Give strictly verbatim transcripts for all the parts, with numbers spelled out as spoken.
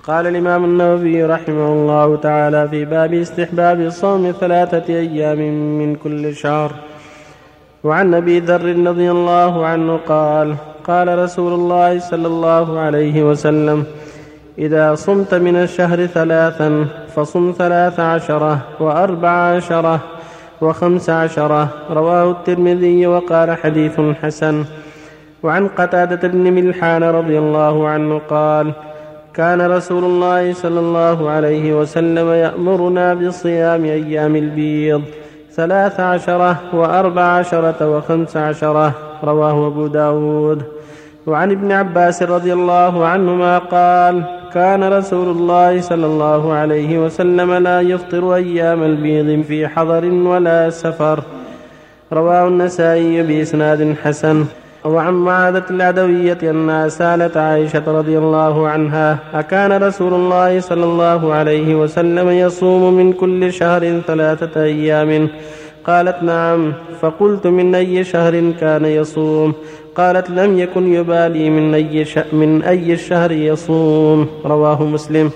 قال الإمام النووي رحمه الله تعالى في باب استحباب صوم ثلاثة أيام من كل شهر. وعن أبي ذر رضي الله عنه قال قال رسول الله صلى الله عليه وسلم إذا صمت من الشهر ثلاثا فصم ثلاث عشرة وأربع عشرة وخمس عشرة. رواه الترمذي وقال حديث حسن. وعن قتادة بن ملحان رضي الله عنه قال كان رسول الله صلى الله عليه وسلم يأمرنا بصيام أيام البيض ثلاث عشرة وأربع عشرة وخمس عشرة. رواه أبو داود. وعن ابن عباس رضي الله عنهما قال كان رسول الله صلى الله عليه وسلم لا يفطر أيام البيض في حضر ولا سفر. رواه النسائي بإسناد حسن. وعن معاذة العدوية أنها سألت عائشة رضي الله عنها أكان رسول الله صلى الله عليه وسلم يصوم من كل شهر ثلاثة أيام؟ قالت نعم. فقلت من أي شهر كان يصوم؟ قالت لم يكن يبالي من أي, من أي الشهر يصوم. رواه مسلم.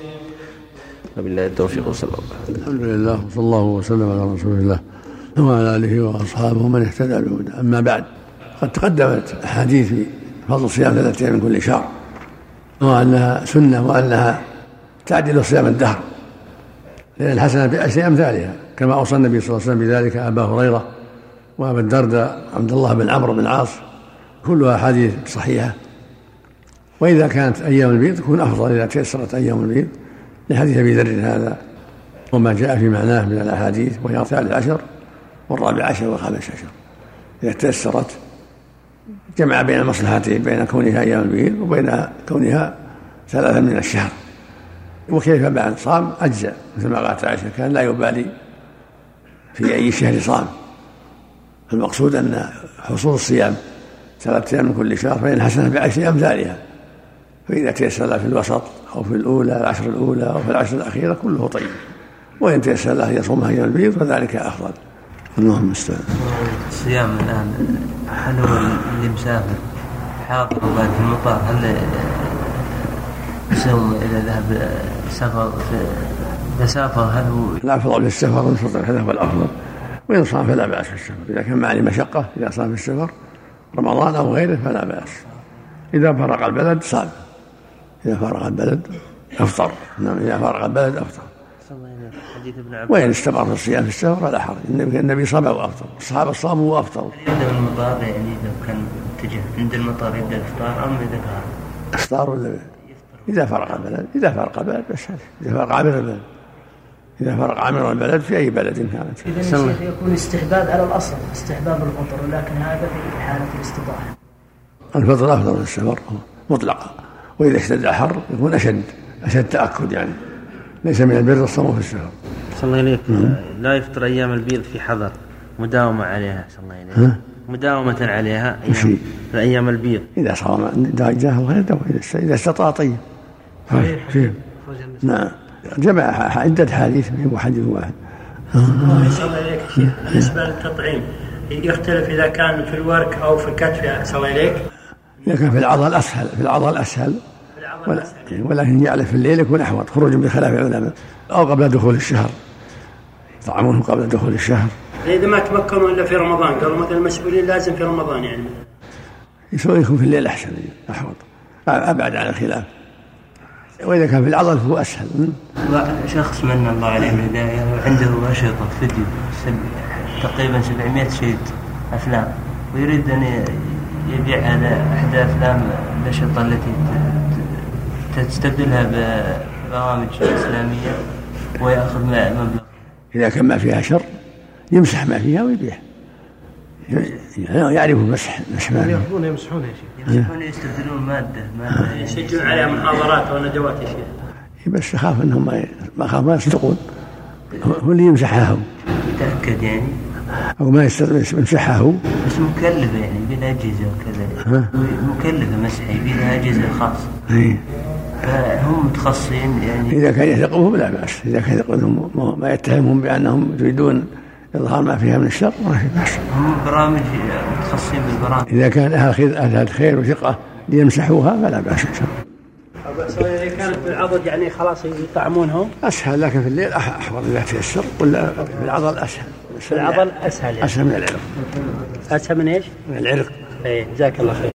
وبالله التوفيق صلى الله عليه وسلم. الحمد لله وصلى الله وسلم على رسول الله وعلى آله وأصحابه من اهتدى بهداه. أما بعد، قد تقدمت أحاديث في فضل صيام ثلاثة أيام من كل شهر، وأنها سنة وأنها تعدل صيام الدهر، لأن الحسنة بعشر أمثالها، كما أوصى النبي صلى الله عليه وسلم بذلك أبا هريرة وأبا الدرداء عبد الله بن عمرو بن العاص، كلها أحاديث صحيحة. وإذا كانت أيام البيض تكون أفضل إذا تيسرت أيام البيض، لحديث أبي ذر هذا وما جاء في معناه من الأحاديث، وهي الثالث عشر والرابع عشر والخامس عشر. إذا تيسرت جمع بين المصلحتين، بين كونها أيام البيض وبين كونها ثلاثة من الشهر. وكيف بعد صام أجزاء، مثل ما قالت عائشة كان لا يبالي في أي شهر صام. المقصود أن حصول الصيام ثلاثة أيام من كل شهر فإن الحسنة بعشر أمثالها، فإذا تيسر له في الوسط أو في الأولى العشر الأولى أو في العشر الأخيرة كله طيب، وإن تيسر له يصومها أيام البيض فذلك أفضل. اللهم استعان. الصيام الآن هل هو اللي مسافر حاضر وبعد في المطار هل يصوم إذا ذهب سفر إذا سافر هل هو الأفضل للسفر والفطر؟ هذا هو الأفضل، وإن صام فلا بأس في السفر. إذا كان معه مشقة إذا صام في السفر رمضان أو غيره فلا بأس. إذا فرق البلد صام، إذا فرق البلد أفطر. نعم، إذا فرق البلد أفطر. وإن استمر في الصيام في السفر فلا حرج، النبي صام وأفطر، الصحابة صاموا وأفطروا. يبدأ من المطار يعني لو كان اتجه عند المطار يبدأ الإفطار أم إذا كان إفطار ولا إذا فرق البلد؟ إذا فرق البلد بس، إذا فرق عامر البلد، إذا فرق عامر البلد في أي بلد كانت. إذا الشيخ يكون استحباب على الأصل استحباب الفطر، ولكن هذا في حالة الاستباحة. الفطر أفضل من السفر مطلقا، وإذا اشتد الحر يكون أشد أشد تأكد، يعني ليس من البر الصوم في السفر. صلى الله عليك. لا يفطر أيام البيض في حضر، مداومة عليها صلى الله عليه، مداومة عليها أيام في أيام البيض. إذا صام جاه الخير دوا، إذا استطاع طيب. فيه نعم، جمع عدة حديث من حديث واحد. صلى الله عليك شيخ، بالنسبة للتطعيم يختلف إذا كان في الورك أو في الكتف صلى الله عليك؟ إذا كان في العضل أسهل، في العضل أسهل، ولكن يعلف في الليل يكون أحوط، خروج بخلاف العلماء، أو قبل دخول الشهر، طعمونه قبل دخول الشهر. إذا ما تمكنوا إلا في رمضان قالوا مثلا المسؤولين لازم في رمضان يعني يسوي يكون في الليل أحسن أحوط، أبعد عن الخلاف. وإذا كان في العضل فهو أسهل. شخص من الله عليه من البداية عنده أشرطة فيديو تقريبا سبعمائة شريط أفلام، ويريد أن يبيع هذا أحد أفلام الأشرطة التي تستبدلها ببرامج إسلامية ويأخذ مبلغ. إذا كان ما فيها شر يمسح ما فيها ويبيع، يعرف مسح مسح ما فيها. يمسحون يمسحون يا شيخ، يمسحون يستبدلون مادة مادة يسجلون عليها محاضرات وندوات يا شيخ. بس يخاف أنهم ما ما خاف ما يصدقون، هو اللي يمسحها هو يتأكد يعني، أو ما يمسحها هو بس مكلفة يعني بلا أجهزة وكذا، مكلفة مسحي بلا أجهزة خاصة، فهم متخصصين يعني. إذا كان يثقهم لا بأس، إذا كان يثقهم ما يتهمهم بأنهم يريدون إظهار ما فيها من الشر ما في بأس. هم برامج متخصصين بالبرامج. إذا كان أهل خير وثقة ليمسحوها فلا بأس إن شاء الله. إذا كانت العضد يعني خلاص يطعمونهم؟ أسهل، لكن في الليل أحفظ إذا تيسر، ولا في العضل أسهل. في العضل أسهل يعني. أسهل من العرق. أسهل من إيش؟ من العرق. إيه جزاك الله خير.